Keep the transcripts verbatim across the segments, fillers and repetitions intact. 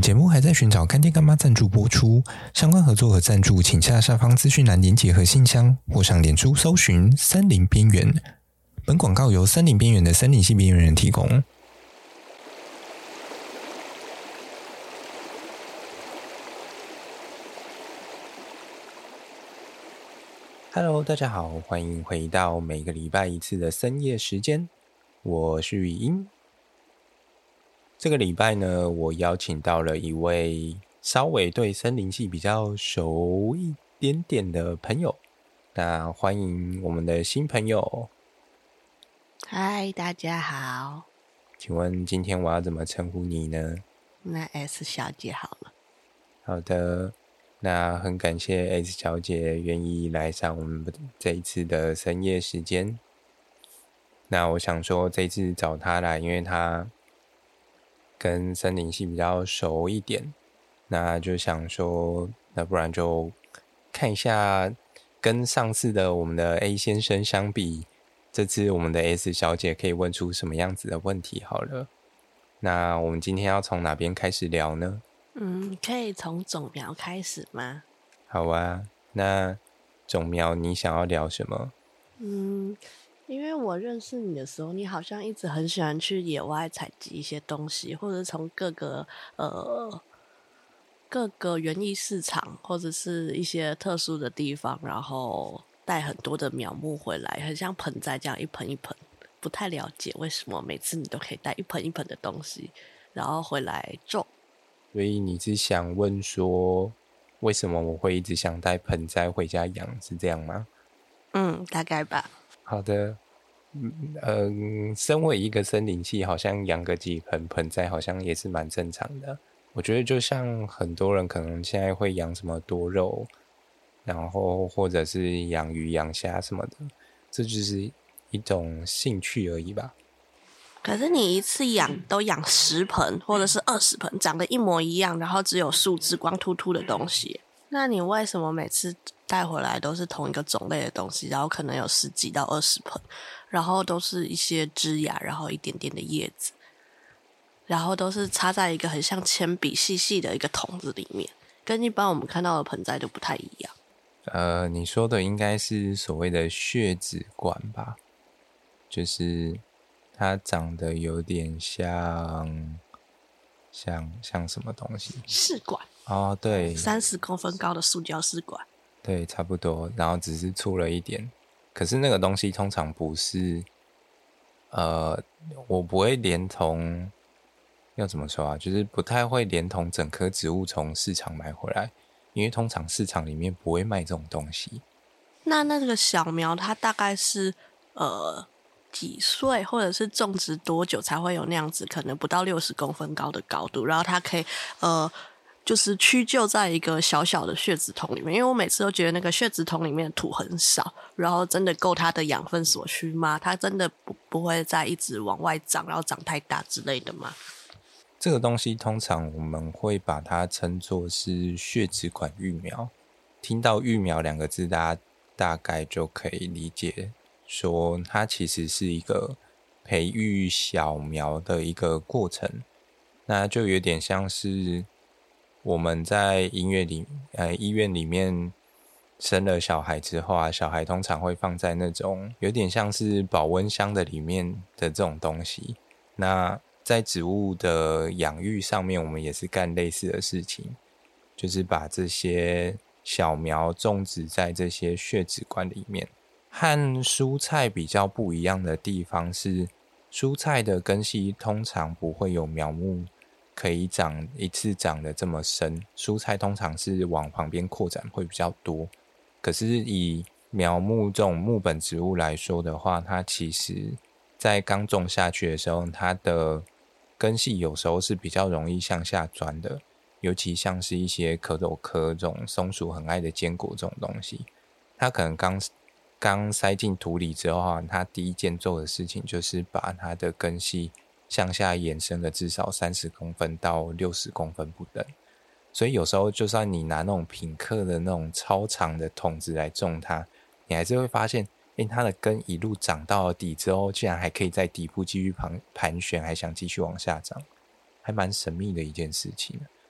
本节目还在寻找干爹干妈赞助播出，相关合作和赞助请下下方资讯栏连结和信箱，或上脸书搜寻森林边缘。本广告由森林边缘的森林系边缘人提供。Hello， 大家好，欢迎回到每个礼拜一次的深夜时间，我是语音。这个礼拜呢，我邀请到了一位稍微对森林系比较熟一点点的朋友，那欢迎我们的新朋友。 嗨，大家好。 请问今天我要怎么称呼你呢？ 那 S 小姐好了。 好的，那很感谢 S 小姐愿意来上我们这一次的深夜时间。那我想说这一次找她来，因为她跟森林系比较熟一点，那就想说那不然就看一下跟上次的我们的 A 先生相比，这次我们的 S 小姐可以问出什么样子的问题好了。那我们今天要从哪边开始聊呢？ 嗯，可以从种苗开始吗？ 好啊，那种苗你想要聊什么？ 嗯，因为我认识你的时候，你好像一直很喜欢去野外采集一些东西，或者从各个呃各个园艺市场或者是一些特殊的地方，然后带很多的苗木回来，很像盆栽这样一盆一盆。不太了解为什么每次你都可以带一盆一盆的东西，然后回来种。 所以你是想问说，为什么我会一直想带盆栽回家养，是这样吗？ 嗯，大概吧。 好的，嗯、呃，身为一个森林系，好像养个几盆盆栽，好像也是蛮正常的。我觉得就像很多人可能现在会养什么多肉，然后或者是养鱼、养虾什么的，这就是一种兴趣而已吧。 可是你一次养都养十盆或者是二十盆，长得一模一样，然后只有树枝光秃秃的东西，那你为什么每次带回来都是同一个种类的东西，然后可能有十几到二十盆，然后都是一些枝芽，然后一点点的叶子，然后都是插在一个很像铅笔细细的一个桶子里面，跟一般我们看到的盆栽都不太一样。 呃，你说的应该是所谓的血子管吧，就是它长得有点像像像什么东西？ 试管哦，对， 三十公分高的塑胶试管。 对，差不多，然后只是粗了一点。可是那个东西通常不是，呃，我不会连同，要怎么说啊？就是不太会连同整棵植物从市场买回来，因为通常市场里面不会卖这种东西。 那那个小苗它大概是呃几岁，或者是种植多久才会有那样子可能不到六十公分高的高度，然后它可以呃就是屈就在一个小小的血子桶里面？因为我每次都觉得那个血子桶里面的土很少，然后真的够它的养分所需吗？它真的不不会再一直往外长，然后长太大之类的吗？ 这个东西通常我们会把它称作是血子管育苗。听到育苗两个字，大家大概就可以理解说它其实是一个培育小苗的一个过程。那就有点像是我们在医院里呃医院里面生了小孩之后啊，小孩通常会放在那种有点像是保温箱的里面的这种东西。那在植物的养育上面，我们也是干类似的事情，就是把这些小苗种植在这些血子管里面。和蔬菜比较不一样的地方是，蔬菜的根系通常不会有苗木可以长一次长得这么深，蔬菜通常是往旁边扩展会比较多。可是以苗木这种木本植物来说的话，它其实在刚种下去的时候，它的根系有时候是比较容易向下钻的，尤其像是一些蝌蚪科这种松鼠很爱的坚果这种东西，它可能刚刚塞进土里之后，它第一件做的事情就是把它的根系向下延伸了至少三十公分到六十公分不等。所以有时候就算你拿那种品客的那种超长的桶子来种它，你还是会发现因为它的根一路长到了底之后，竟然还可以在底部继续盘盘旋，还想继续往下长，还蛮神秘的一件事情。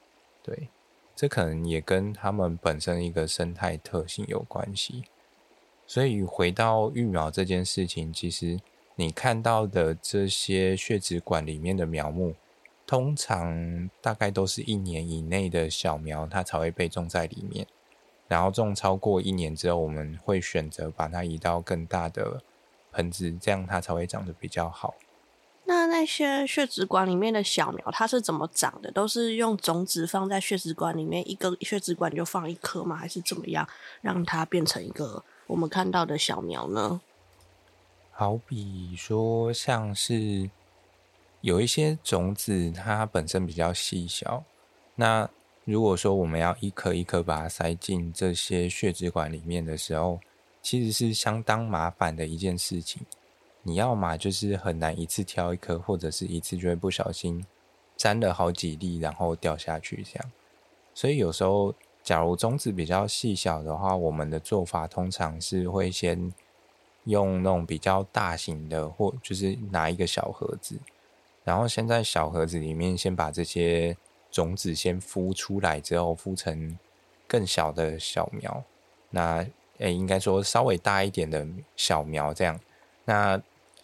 对，这可能也跟他们本身一个生态特性有关系。所以回到育苗这件事情，其实你看到的这些血植管里面的苗木，通常大概都是一年以内的小苗，它才会被种在里面。然后种超过一年之后，我们会选择把它移到更大的盆子，这样它才会长得比较好。 那那些血植管里面的小苗，它是怎么长的？都是用种子放在血植管里面，一个血植管就放一颗吗？还是怎么样让它变成一个我们看到的小苗呢？ 好比说，像是有一些种子，它本身比较细小，那如果说我们要一颗一颗把它塞进这些血植管里面的时候，其实是相当麻烦的一件事情。你要嘛就是很难一次挑一颗，或者是一次就会不小心沾了好几粒，然后掉下去这样。所以有时候，假如种子比较细小的话，我们的做法通常是会先用那种比较大型的，或就是拿一个小盒子，然后先在小盒子里面先把这些种子先孵出来之后，孵成更小的小苗。那诶，应该说稍微大一点的小苗这样。那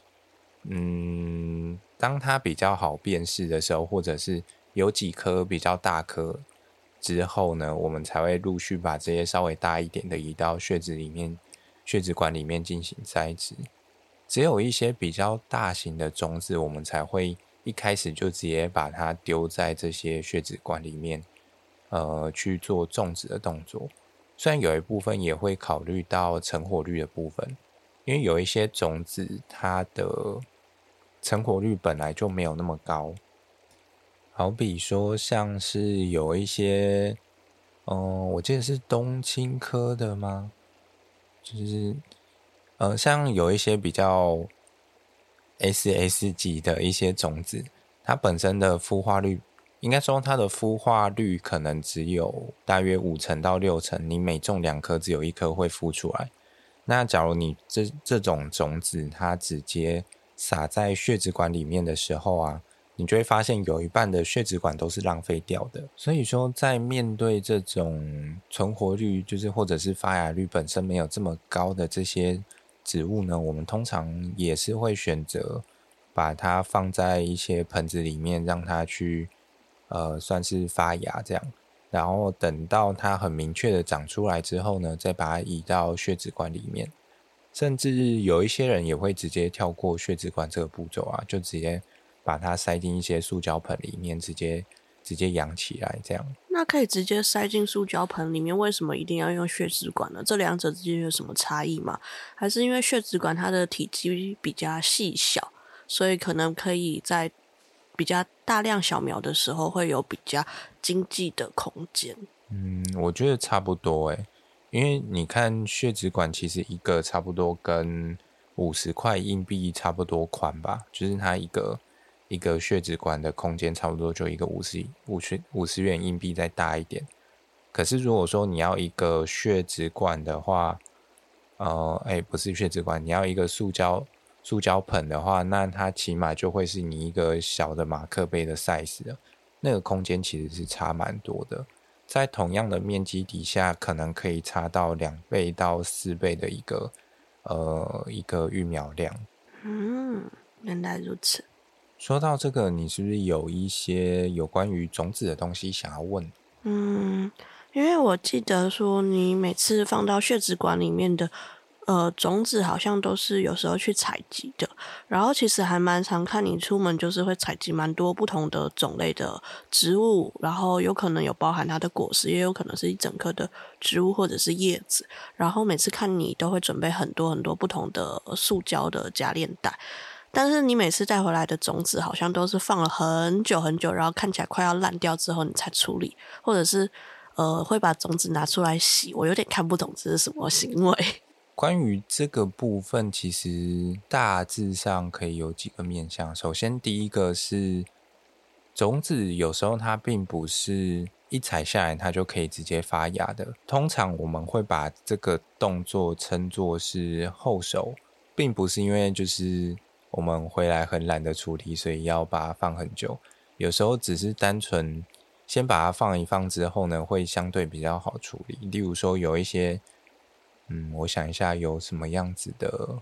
嗯，当它比较好辨识的时候，或者是有几颗比较大颗之后呢，我们才会陆续把这些稍微大一点的移到血植里面、血植管里面进行栽植。只有一些比较大型的种子，我们才会一开始就直接把它丢在这些血植管里面，呃，去做种植的动作。虽然有一部分也会考虑到成活率的部分，因为有一些种子它的成活率本来就没有那么高，好比说像是有一些，嗯、我记得是冬青科的吗？就是呃，像有一些比较 S S 级的一些种子，它本身的孵化率，应该说它的孵化率可能只有大约五成到六成，你每种两颗只有一颗会孵出来。那假如你这这种种子它直接撒在血植管里面的时候啊，你就会发现有一半的血植管都是浪费掉的。所以说在面对这种存活率就是或者是发芽率本身没有这么高的这些植物呢，我们通常也是会选择把它放在一些盆子里面，让它去呃算是发芽这样。然后等到它很明确的长出来之后呢，再把它移到血植管里面。甚至有一些人也会直接跳过血植管这个步骤啊，就直接把它塞进一些塑胶盆里面，直接直接养起来这样。 那可以直接塞进塑胶盆里面，为什么一定要用血植管呢？这两者之间有什么差异吗？还是因为血植管它的体积比较细小，所以可能可以在比较大量小苗的时候会有比较经济的空间？ 嗯，我觉得差不多诶，因为你看血植管其实一个差不多跟五十块硬币差不多宽吧，就是它一个一个血植管的空间差不多就一个五十五十五十元硬币再大一点。可是如果说你要一个血植管的话，呃，哎，不是血植管，你要一个塑胶塑胶盆的话，那它起码就会是你一个小的马克杯的 size 了，那个空间其实是差蛮多的。在同样的面积底下，可能可以差到两倍到四倍的一个呃一个育苗量。 嗯，原来如此。 说到这个，你是不是有一些有关于种子的东西想要问？ 嗯，因为我记得说你每次放到血植管里面的呃种子好像都是有时候去采集的，然后其实还蛮常看你出门就是会采集蛮多不同的种类的植物，然后有可能有包含它的果实，也有可能是一整颗的植物或者是叶子，然后每次看你都会准备很多很多不同的塑胶的夹链袋。但是你每次带回来的种子好像都是放了很久很久，然后看起来快要烂掉之后你才处理，或者是呃会把种子拿出来洗，我有点看不懂这是什么行为。 关于这个部分，其实大致上可以有几个面向。首先，第一个是种子有时候它并不是一采下来它就可以直接发芽的，通常我们会把这个动作称作是后熟，并不是因为就是我们回来很懒得处理，所以要把它放很久。有时候只是单纯先把它放一放之后呢，会相对比较好处理。例如说有一些，嗯，我想一下有什么样子的，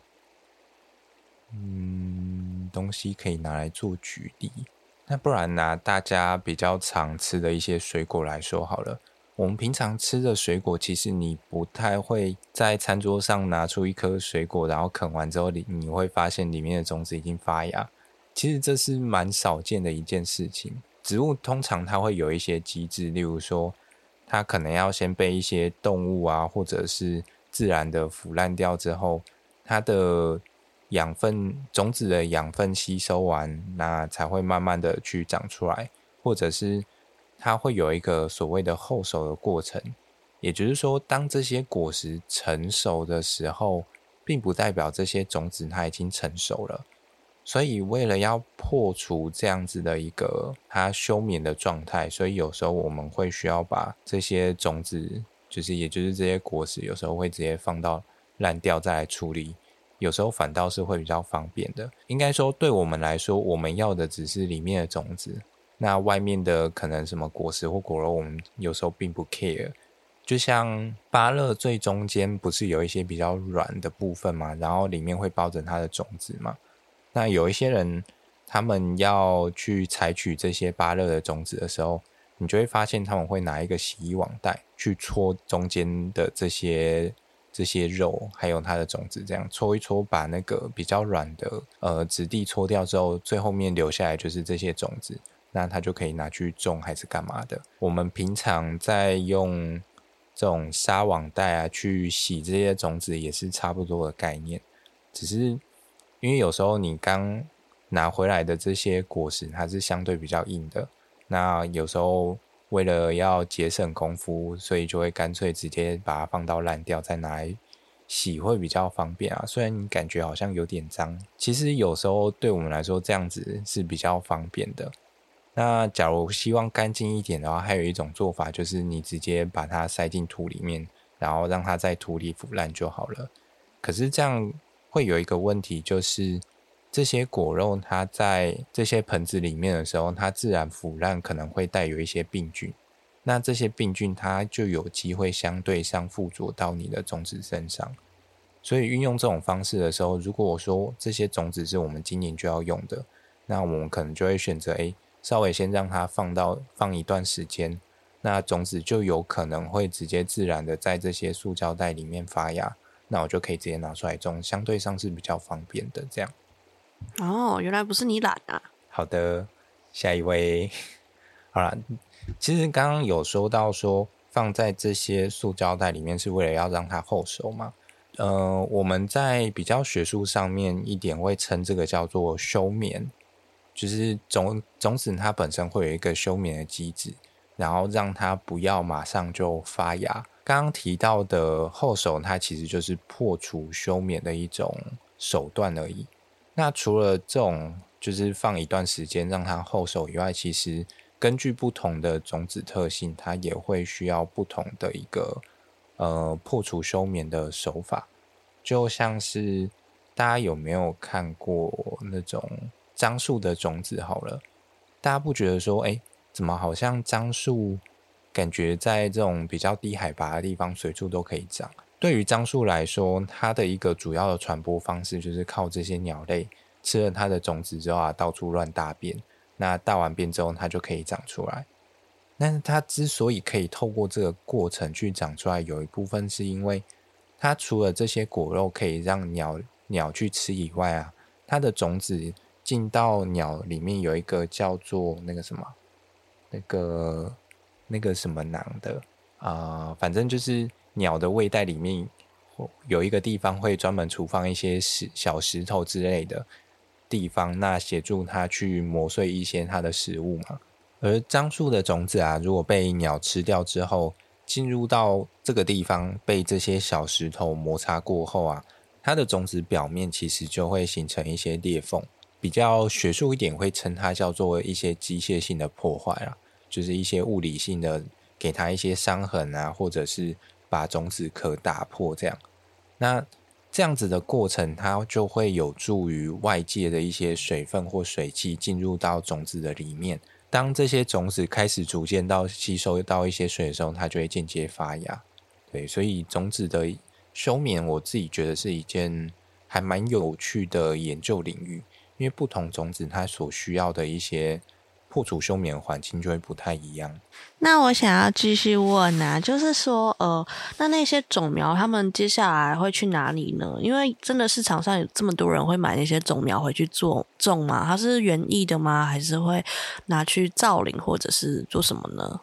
嗯，东西可以拿来做举例。那不然拿大家比较常吃的一些水果来说好了。我们平常吃的水果，其实你不太会在餐桌上拿出一颗水果，然后啃完之后，你会发现里面的种子已经发芽。其实这是蛮少见的一件事情。植物通常它会有一些机制，例如说，它可能要先被一些动物啊，或者是自然的腐烂掉之后，它的养分种子的养分吸收完，那才会慢慢的去长出来，或者是它会有一个所谓的后熟的过程。也就是说，当这些果实成熟的时候，并不代表这些种子它已经成熟了。所以为了要破除这样子的一个它休眠的状态，所以有时候我们会需要把这些种子，就是也就是这些果实，有时候会直接放到烂掉再来处理，有时候反倒是会比较方便的。应该说对我们来说，我们要的只是里面的种子，那外面的可能什么果实或果肉，我们有时候并不 care。就像芭乐最中间不是有一些比较软的部分嘛，然后里面会包着它的种子嘛。那有一些人他们要去采取这些芭乐的种子的时候，你就会发现他们会拿一个洗衣网袋去戳中间的这些这些肉还有它的种子，这样搓一搓，把那个比较软的呃质地搓掉之后，最后面留下来就是这些种子，那它就可以拿去种还是干嘛的。我们平常在用这种纱网袋啊去洗这些种子也是差不多的概念，只是因为有时候你刚拿回来的这些果实它是相对比较硬的，那有时候为了要节省功夫，所以就会干脆直接把它放到烂掉再拿来洗会比较方便啊。虽然你感觉好像有点脏，其实有时候对我们来说这样子是比较方便的。那假如希望干净一点的话，还有一种做法就是你直接把它塞进土里面，然后让它在土里腐烂就好了。可是这样会有一个问题，就是这些果肉它在这些盆子里面的时候，它自然腐烂可能会带有一些病菌，那这些病菌它就有机会相对上附着到你的种子身上。所以运用这种方式的时候，如果我说这些种子是我们今年就要用的，那我们可能就会选择诶稍微先让它放到放一段时间，那种子就有可能会直接自然的在这些塑胶袋里面发芽，那我就可以直接拿出来种，相对上是比较方便的这样。 哦，原来不是你懒啊。 好的，下一位。好啦，其实刚刚有说到说放在这些塑胶袋里面是为了要让它后熟嘛。呃，我们在比较学术上面一点会称这个叫做休眠，就是种种子它本身会有一个休眠的机制，然后让它不要马上就发芽。刚刚提到的后熟，它其实就是破除休眠的一种手段而已。那除了这种就是放一段时间让它后熟以外，其实根据不同的种子特性，它也会需要不同的一个呃破除休眠的手法。就像是大家有没有看过那种樟树的种子好了，大家不觉得说哎，怎么好像樟树感觉在这种比较低海拔的地方随处都可以长？对于樟树来说，它的一个主要的传播方式就是靠这些鸟类吃了它的种子之后啊，到处乱大便，那大完便之后它就可以长出来。但是它之所以可以透过这个过程去长出来，有一部分是因为它除了这些果肉可以让鸟鸟去吃以外啊，它的种子进到鸟里面有一个叫做那个什么那个那个什么囊的啊、呃，反正就是鸟的胃袋里面有一个地方会专门储放一些石小石头之类的地方，那协助它去磨碎一些它的食物嘛。而樟树的种子啊，如果被鸟吃掉之后，进入到这个地方被这些小石头摩擦过后啊，它的种子表面其实就会形成一些裂缝，比较学术一点会称它叫做一些机械性的破坏啦，就是一些物理性的给它一些伤痕啊，或者是把种子壳打破这样。那这样子的过程，它就会有助于外界的一些水分或水汽进入到种子的里面， 当这些种子开始逐渐到吸收到一些水的时候，它就会间接发芽。对，所以种子的休眠，我自己觉得是一件还蛮有趣的研究领域，因为不同种子它所需要的一些破除休眠环境就会不太一样。 那我想要继续问啊，就是说，呃，那那些种苗，他们接下来会去哪里呢？因为真的市场上有这么多人会买那些种苗回去做种吗？它是园艺的吗？还是会拿去造林，或者是做什么呢？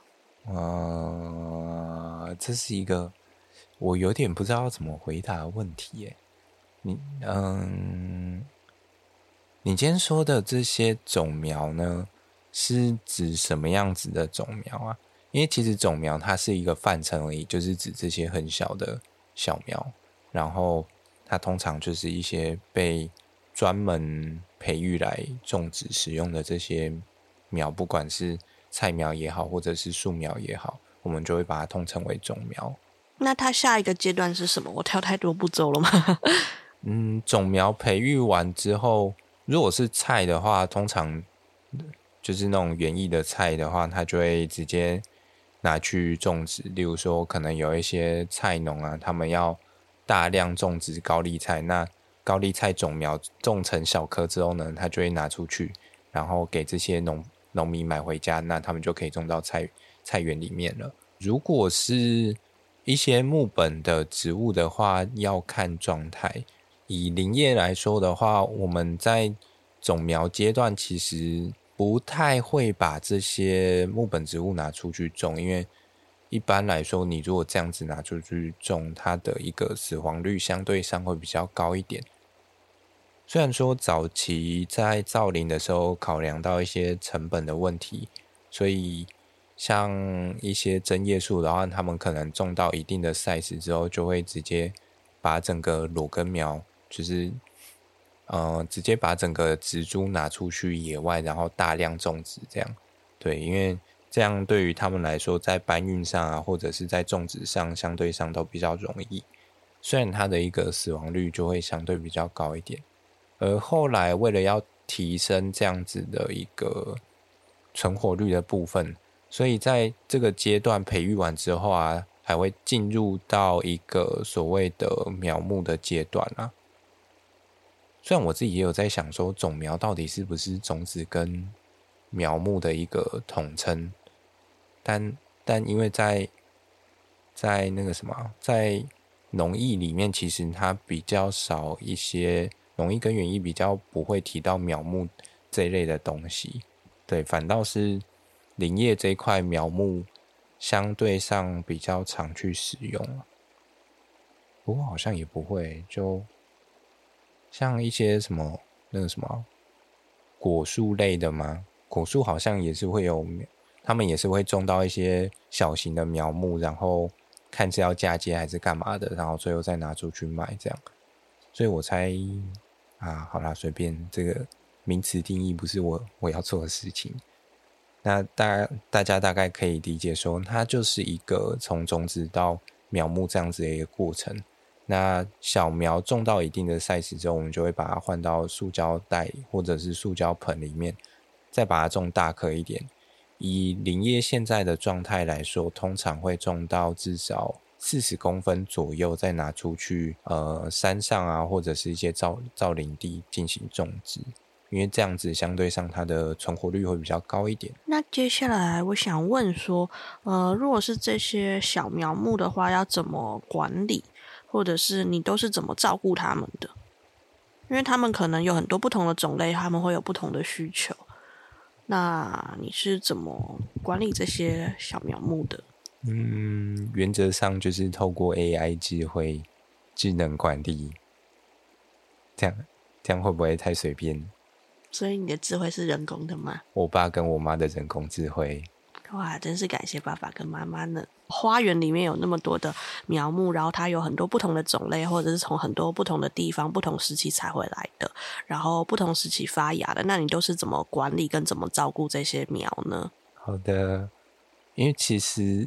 呃，这是一个我有点不知道怎么回答的问题耶。你嗯，你今天说的这些种苗呢，是指什么样子的种苗啊？因为其实种苗它是一个范畴而已，就是指这些很小的小苗，然后它通常就是一些被专门培育来种植使用的这些苗，不管是菜苗也好，或者是树苗也好，我们就会把它统称为种苗。 那它下一个阶段是什么？我跳太多步骤了吗？ 嗯，种苗培育完之后，如果是菜的话，通常就是那种园艺的菜的话，它就会直接拿去种植。例如说，可能有一些菜农啊，他们要大量种植高丽菜，那高丽菜种苗种成小颗之后呢，他就会拿出去，然后给这些农农民买回家，那他们就可以种到菜菜园里面了。如果是一些木本的植物的话，要看状态。以林业来说的话，我们在种苗阶段其实不太会把这些木本植物拿出去种，因为一般来说，你如果这样子拿出去种，它的一个死亡率相对上会比较高一点。虽然说早期在造林的时候考量到一些成本的问题，所以像一些针叶树的话，他们可能种到一定的 size 之后，就会直接把整个裸根苗，就是呃直接把整个植株拿出去野外，然后大量种植这样。对，因为这样对于他们来说，在搬运上啊，或者是在种植上，相对上都比较容易。虽然它的一个死亡率就会相对比较高一点。而后来为了要提升这样子的一个存活率的部分，所以在这个阶段培育完之后啊，还会进入到一个所谓的苗木的阶段啊。虽然我自己也有在想说，种苗到底是不是种子跟苗木的一个统称，但但因为在在那个什么，在农艺里面，其实它比较少一些。农艺跟园艺比较不会提到苗木这一类的东西，对，反倒是林业这一块苗木相对上比较常去使用。不过好像也不会，就像一些什么那个什么果树类的嘛，果树好像也是会有，他们也是会种到一些小型的苗木，然后看是要嫁接还是干嘛的，然后最后再拿出去卖这样。所以我猜啊，好啦，随便，这个名词定义不是我我要做的事情。那大大家大概可以理解说，它就是一个从种子到苗木这样子的一个过程。那小苗种到一定的 size 之后，我们就会把它换到塑胶袋或者是塑胶盆里面，再把它种大颗一点。以林业现在的状态来说，通常会种到至少四十公分左右，再拿出去呃山上啊，或者是一些造造林地进行种植，因为这样子相对上它的存活率会比较高一点。 那接下来我想问说，呃，如果是这些小苗木的话，要怎么管理，或者是你都是怎么照顾它们的？因为他们可能有很多不同的种类，他们会有不同的需求。那你是怎么管理这些小苗木的？ 嗯，原则上就是透过 A I 智慧智能管理，这样这样会不会太随便？ 所以你的智慧是人工的吗？ 我爸跟我妈的人工智慧。 哇，真是感谢爸爸跟妈妈呢。花园里面有那么多的苗木，然后它有很多不同的种类，或者是从很多不同的地方、不同时期采回来的，然后不同时期发芽的。那你都是怎么管理跟怎么照顾这些苗呢？ 好的，因为其实，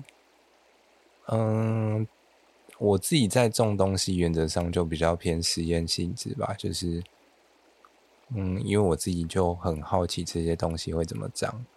嗯，我自己在种东西，原则上就比较偏实验性质吧，就是，嗯，因为我自己就很好奇这些东西会怎么长。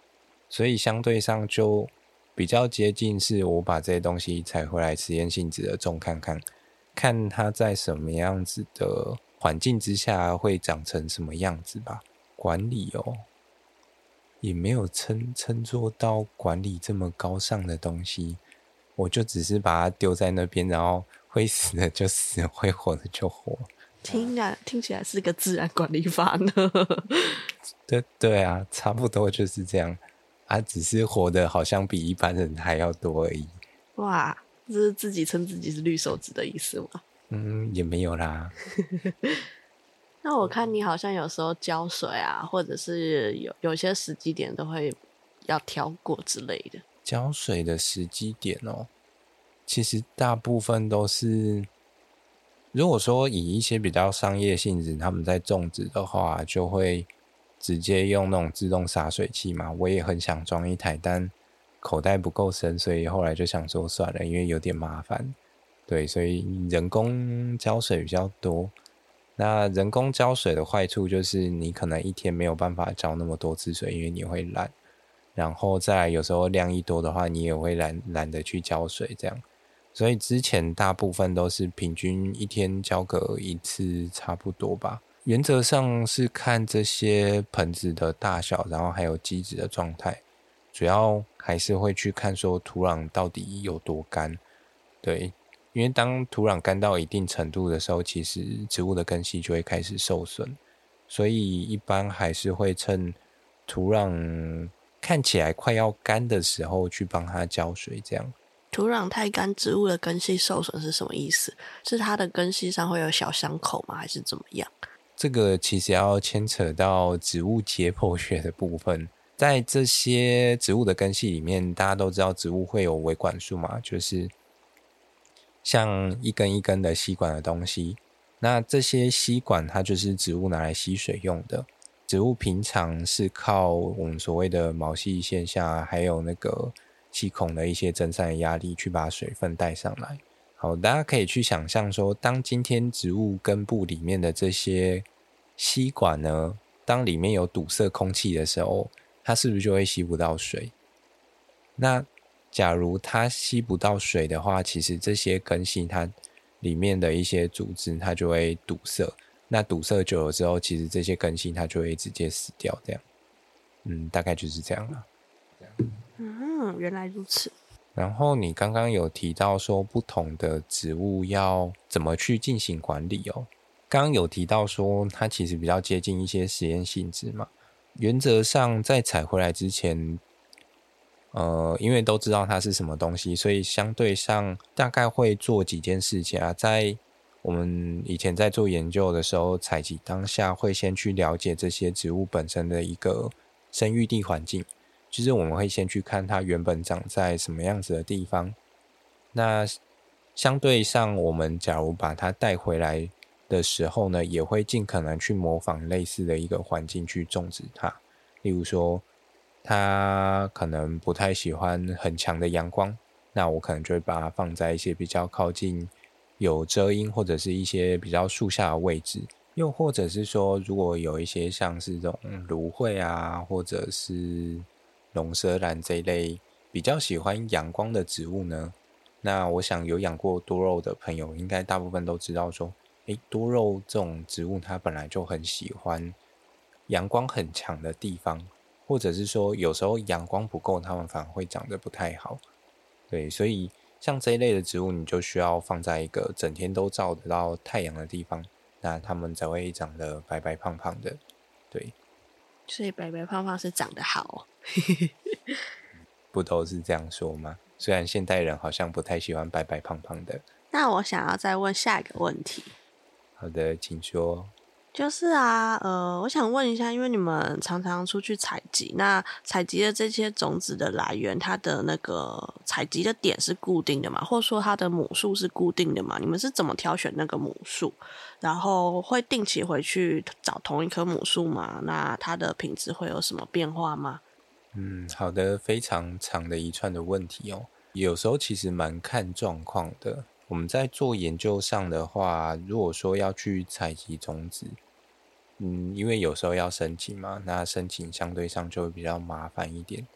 所以相对上就比较接近是我把这些东西采回来实验性质的种看看，看它在什么样子的环境之下会长成什么样子吧。管理哦，也没有称称作到管理这么高尚的东西，我就只是把它丢在那边，然后会死的就死，会活的就活。 听啊，听起来是个自然管理法呢。 对对啊，差不多就是这样。啊，只是活的好像比一般人还要多而已。 哇，这是自己称自己是绿手指的意思吗？ 嗯，也没有啦。 那我看你好像有时候浇水啊，或者是有有些时机点都会要挑过之类的。 浇水的时机点哦，其实大部分都是，如果说以一些比较商业性质，他们在种植的话，就会直接用那种自动洒水器嘛。我也很想装一台，但口袋不够深，所以后来就想说算了，因为有点麻烦。对，所以人工浇水比较多。那人工浇水的坏处就是你可能一天没有办法浇那么多次水，因为你会懒。然后再来有时候量一多的话，你也会懒懒得去浇水这样。所以之前大部分都是平均一天浇个一次差不多吧。原则上是看这些盆子的大小，然后还有基质的状态，主要还是会去看说土壤到底有多干。对，因为当土壤干到一定程度的时候，其实植物的根系就会开始受损，所以一般还是会趁土壤看起来快要干的时候去帮它浇水这样。 土壤太干，植物的根系受损是什么意思？是它的根系上会有小伤口吗？还是怎么样？ 这个其实要牵扯到植物解剖学的部分。在这些植物的根系里面，大家都知道植物会有维管束嘛，就是像一根一根的吸管的东西。那这些吸管它就是植物拿来吸水用的。植物平常是靠我们所谓的毛细现象，还有那个气孔的一些蒸散的压力去把水分带上来。好，大家可以去想象说，当今天植物根部里面的这些吸管呢，当里面有堵塞空气的时候，它是不是就会吸不到水？那假如它吸不到水的话，其实这些根系它里面的一些组织它就会堵塞。那堵塞久了之后，其实这些根系它就会直接死掉，这样。嗯，大概就是这样了。 嗯，原来如此。 然后你刚刚有提到说不同的植物要怎么去进行管理哦。刚刚有提到说它其实比较接近一些实验性质嘛。原则上在采回来之前，呃，因为都知道它是什么东西，所以相对上大概会做几件事情啊。在我们以前在做研究的时候，采集当下会先去了解这些植物本身的一个生育地环境。就是我们会先去看它原本长在什么样子的地方，那相对上我们假如把它带回来的时候呢，也会尽可能去模仿类似的一个环境去种植它。例如说它可能不太喜欢很强的阳光，那我可能就会把它放在一些比较靠近有遮阴或者是一些比较树下的位置。又或者是说如果有一些像是这种芦荟啊，或者是龙舌兰这一类比较喜欢阳光的植物呢，那我想有养过多肉的朋友应该大部分都知道说，诶，多肉这种植物它本来就很喜欢阳光很强的地方，或者是说有时候阳光不够它们反而会长得不太好。对，所以像这一类的植物你就需要放在一个整天都照得到太阳的地方，那它们才会长得白白胖胖的。对， 所以白白胖胖是长得好哦。 不都是这样说吗？虽然现代人好像不太喜欢白白胖胖的。 那我想要再问下一个问题。 好的，请说。 就是啊，呃，我想问一下，因为你们常常出去采集，那采集的这些种子的来源，它的那个采集的点是固定的吗？或者说它的母数是固定的吗？你们是怎么挑选那个母数？然后会定期回去找同一棵母数吗？那它的品质会有什么变化吗？ 嗯，好的，非常长的一串的问题哦。有时候其实蛮看状况的。我们在做研究上的话，如果说要去采集种子，嗯，因为有时候要申请嘛，那申请相对上就会比较麻烦一点。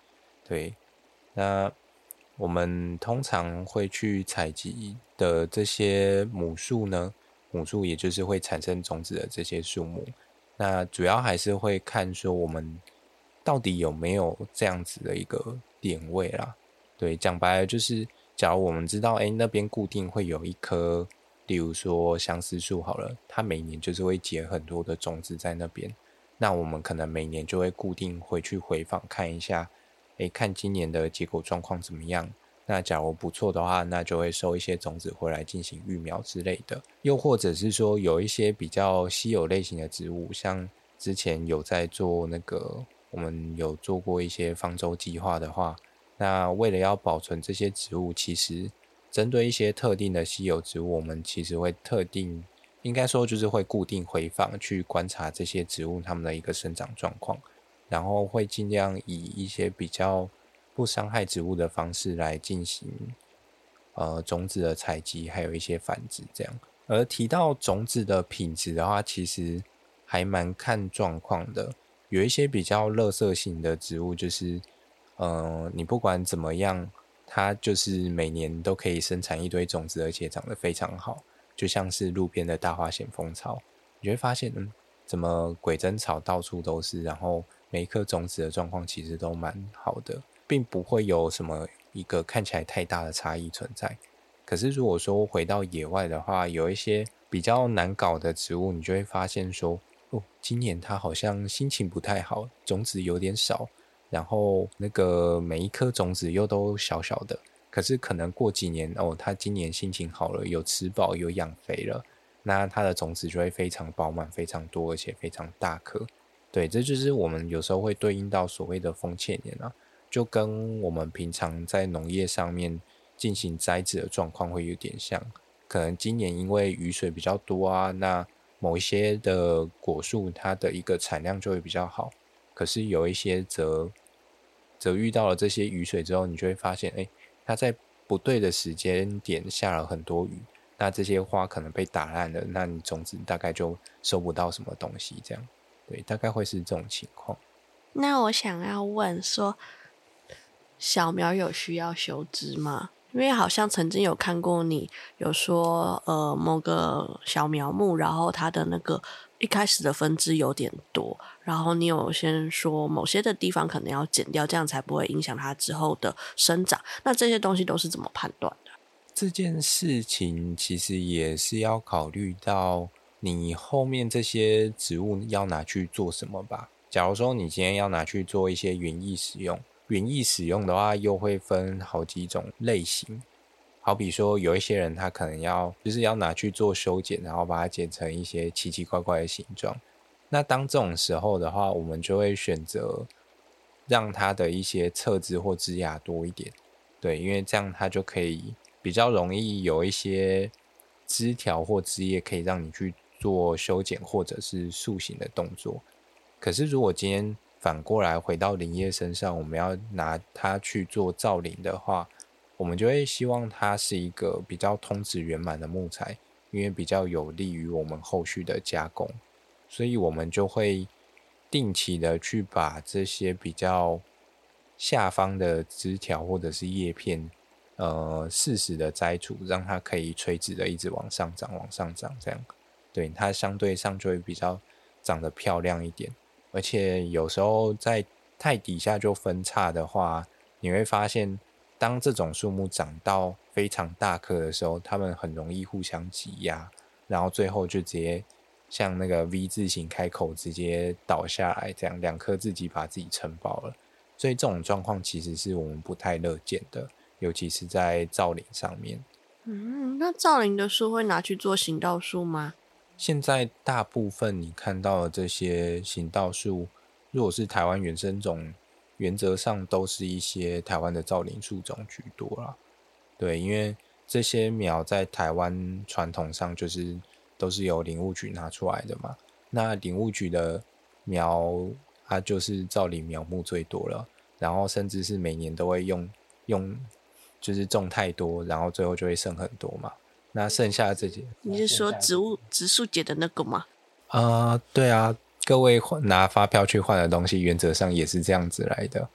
对，那我们通常会去采集的这些母树呢，母树也就是会产生种子的这些树木，那主要还是会看说我们到底有没有这样子的一个点位啦。对，讲白了就是，假如我们知道，哎，那边固定会有一棵，例如说相思树好了，它每年就是会结很多的种子在那边，那我们可能每年就会固定回去回访看一下，哎，看今年的结果状况怎么样。那假如不错的话，那就会收一些种子回来进行育苗之类的。又或者是说，有一些比较稀有类型的植物，像之前有在做那个，我们有做过一些方舟计划的话，那为了要保存这些植物，其实针对一些特定的稀有植物，我们其实会特定，应该说就是会固定回访去观察这些植物它们的一个生长状况，然后会尽量以一些比较不伤害植物的方式来进行呃种子的采集，还有一些繁殖这样。而提到种子的品质的话，其实还蛮看状况的。有一些比较垃圾型的植物，就是呃你不管怎么样，它就是每年都可以生产一堆种子，而且长得非常好，就像是路边的大花咸丰草，你就会发现，嗯，怎么鬼针草到处都是，然后每一颗种子的状况其实都蛮好的，并不会有什么一个看起来太大的差异存在。可是如果说回到野外的话，有一些比较难搞的植物，你就会发现说，哦，今年它好像心情不太好，种子有点少，然后那个每一颗种子又都小小的，可是可能过几年哦，它今年心情好了，有吃饱有养肥了，那它的种子就会非常饱满非常多，而且非常大颗。对，这就是我们有时候会对应到所谓的风切年啊，就跟我们平常在农业上面进行栽植的状况会有点像。可能今年因为雨水比较多啊，那某一些的果树它的一个产量就会比较好，可是有一些则则遇到了这些雨水之后，你就会发现，哎，它在不对的时间点下了很多雨，那这些花可能被打烂了，那你种子大概就收不到什么东西，这样，对，大概会是这种情况。 那我想要问说，小苗有需要修枝吗？因为好像曾经有看过你有说，呃，某个小苗木，然后它的那个一开始的分支有点多，然后你有先说某些的地方可能要剪掉，这样才不会影响它之后的生长。那这些东西都是怎么判断的？ 这件事情其实也是要考虑到你后面这些植物要拿去做什么吧。假如说你今天要拿去做一些园艺使用，园艺使用的话又会分好几种类型，好比说有一些人他可能要就是要拿去做修剪，然后把它剪成一些奇奇怪怪的形状，那当这种时候的话，我们就会选择让它的一些侧枝或枝芽多一点，对，因为这样它就可以比较容易有一些枝条或枝叶可以让你去做修剪或者是塑形的动作。可是如果今天反过来回到林业身上，我们要拿它去做造林的话，我们就会希望它是一个比较通质圆满的木材，因为比较有利于我们后续的加工，所以我们就会定期的去把这些比较下方的枝条或者是叶片呃适时的摘除，让它可以垂直的一直往上涨往上涨，这样对它相对上就会比较长得漂亮一点。而且有时候在太底下就分叉的话，你会发现当这种树木长到非常大棵的时候，它们很容易互相挤压，然后最后就直接像那个 V 字形开口直接倒下来，这样两颗自己把自己撑爆了。所以这种状况其实是我们不太乐见的，尤其是在造林上面。 嗯，那造林的树会拿去做行道树吗？ 现在大部分你看到的这些行道树，如果是台湾原生种，原则上都是一些台湾的造林树种居多啦。对，因为这些苗在台湾传统上就是都是由林务局拿出来的嘛。那林务局的苗，它就是造林苗木最多了，然后甚至是每年都会用用，就是种太多，然后最后就会剩很多嘛。那剩下这些， 你是说植物植树节的那个吗？ 啊、呃，对啊，各位拿发票去换的东西，原则上也是这样子来的。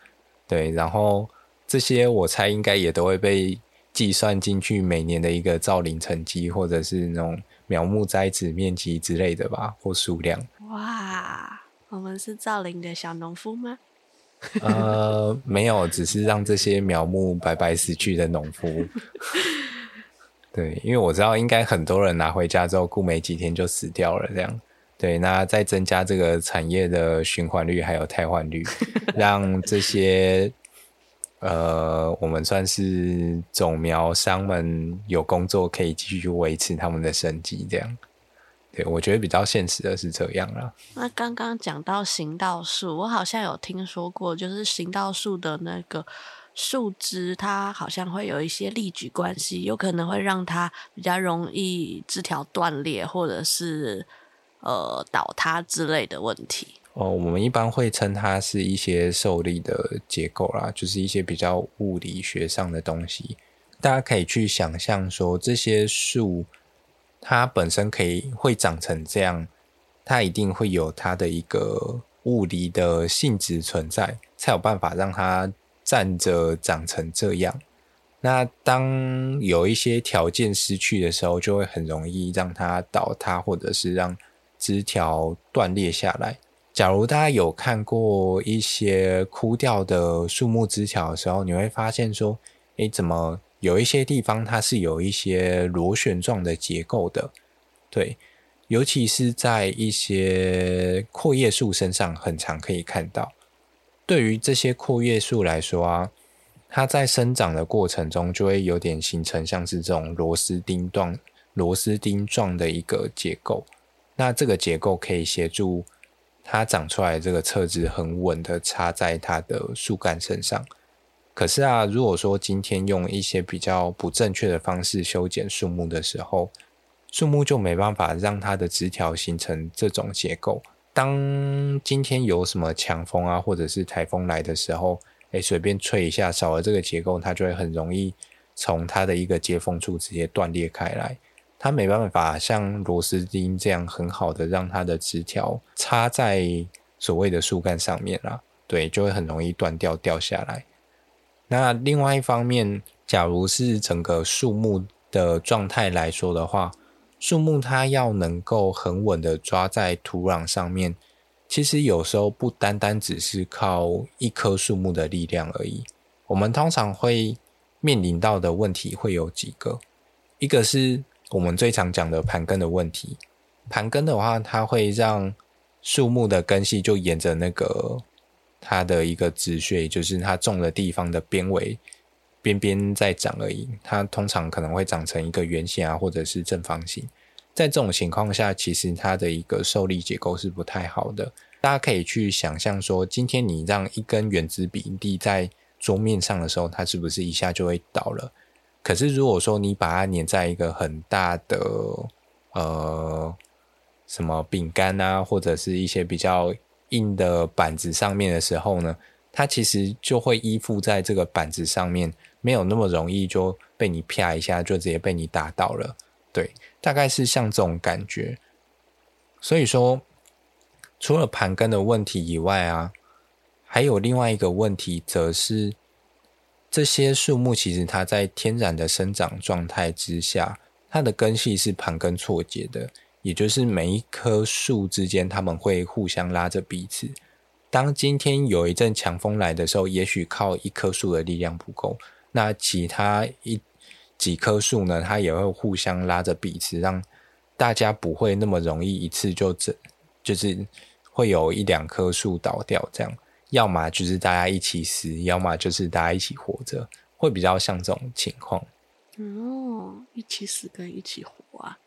对，然后这些我猜应该也都会被计算进去每年的一个造林成绩，或者是那种苗木栽植面积之类的吧，或数量。 哇，我们是造林的小农夫吗？ 呃，没有，只是让这些苗木白白死去的农夫。对，因为我知道应该很多人拿回家之后，过没几天就死掉了，这样。对，那再增加这个产业的循环率还有汰换率，让这些呃，我们算是种苗商们有工作可以继续维持他们的生计，这样。对，我觉得比较现实的是这样啦。 那刚刚讲到行道树，我好像有听说过，就是行道树的那个树枝，它好像会有一些力矩关系，有可能会让它比较容易枝条断裂，或者是呃倒塌之类的问题。 哦，我们一般会称它是一些受力的结构啦，就是一些比较物理学上的东西。大家可以去想象说，这些树它本身可以会长成这样，它一定会有它的一个物理的性质存在，才有办法让它站着长成这样。那当有一些条件失去的时候，就会很容易让它倒塌，或者是让枝条断裂下来。假如大家有看过一些枯掉的树木枝条的时候，你会发现说，诶，怎么有一些地方它是有一些螺旋状的结构的？对，尤其是在一些阔叶树身上很常可以看到。对于这些阔叶树来说啊，它在生长的过程中就会有点形成像是这种螺丝钉状、螺丝钉状的一个结构。那这个结构可以协助它长出来这个侧枝很稳的插在它的树干身上。可是啊，如果说今天用一些比较不正确的方式修剪树木的时候，树木就没办法让它的枝条形成这种结构。当今天有什么强风啊，或者是台风来的时候，诶，随便吹一下，少了这个结构，它就会很容易从它的一个接缝处直接断裂开来。它没办法像螺丝钉这样很好的让它的枝条插在所谓的树干上面啦，对，就会很容易断掉掉下来。那另外一方面，假如是整个树木的状态来说的话，树木它要能够很稳的抓在土壤上面，其实有时候不单单只是靠一棵树木的力量而已。我们通常会面临到的问题会有几个，一个是我们最常讲的盘根的问题。盘根的话，它会让树木的根系就沿着那个它的一个直穴，也就是它种的地方的边围边边在长而已，它通常可能会长成一个圆形啊，或者是正方形。在这种情况下，其实它的一个受力结构是不太好的。大家可以去想象说，今天你让一根原子笔立在桌面上的时候，它是不是一下就会倒了？可是如果说你把它粘在一个很大的呃什么饼干啊，或者是一些比较硬的板子上面的时候呢，它其实就会依附在这个板子上面，没有那么容易就被你啪一下就直接被你打倒了。对，大概是像这种感觉。所以说，除了盘根的问题以外啊，还有另外一个问题，则是这些树木其实它在天然的生长状态之下，它的根系是盘根错节的，也就是每一棵树之间它们会互相拉着彼此。当今天有一阵强风来的时候，也许靠一棵树的力量不够，那其他一几棵树呢，它也会互相拉着彼此，让大家不会那么容易一次就就是会有一两棵树倒掉这样。要么就是大家一起死，要么就是大家一起活着，会比较像这种情况。 哦，一起死跟一起活啊。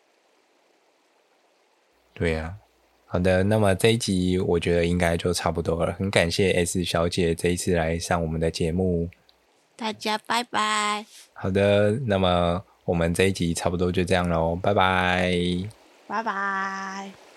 对啊。好的，那么这一集我觉得应该就差不多了，很感谢 S 小姐这一次来上我们的节目。 大家拜拜。 好的，那么我们这一集差不多就这样咯，拜拜。 拜拜。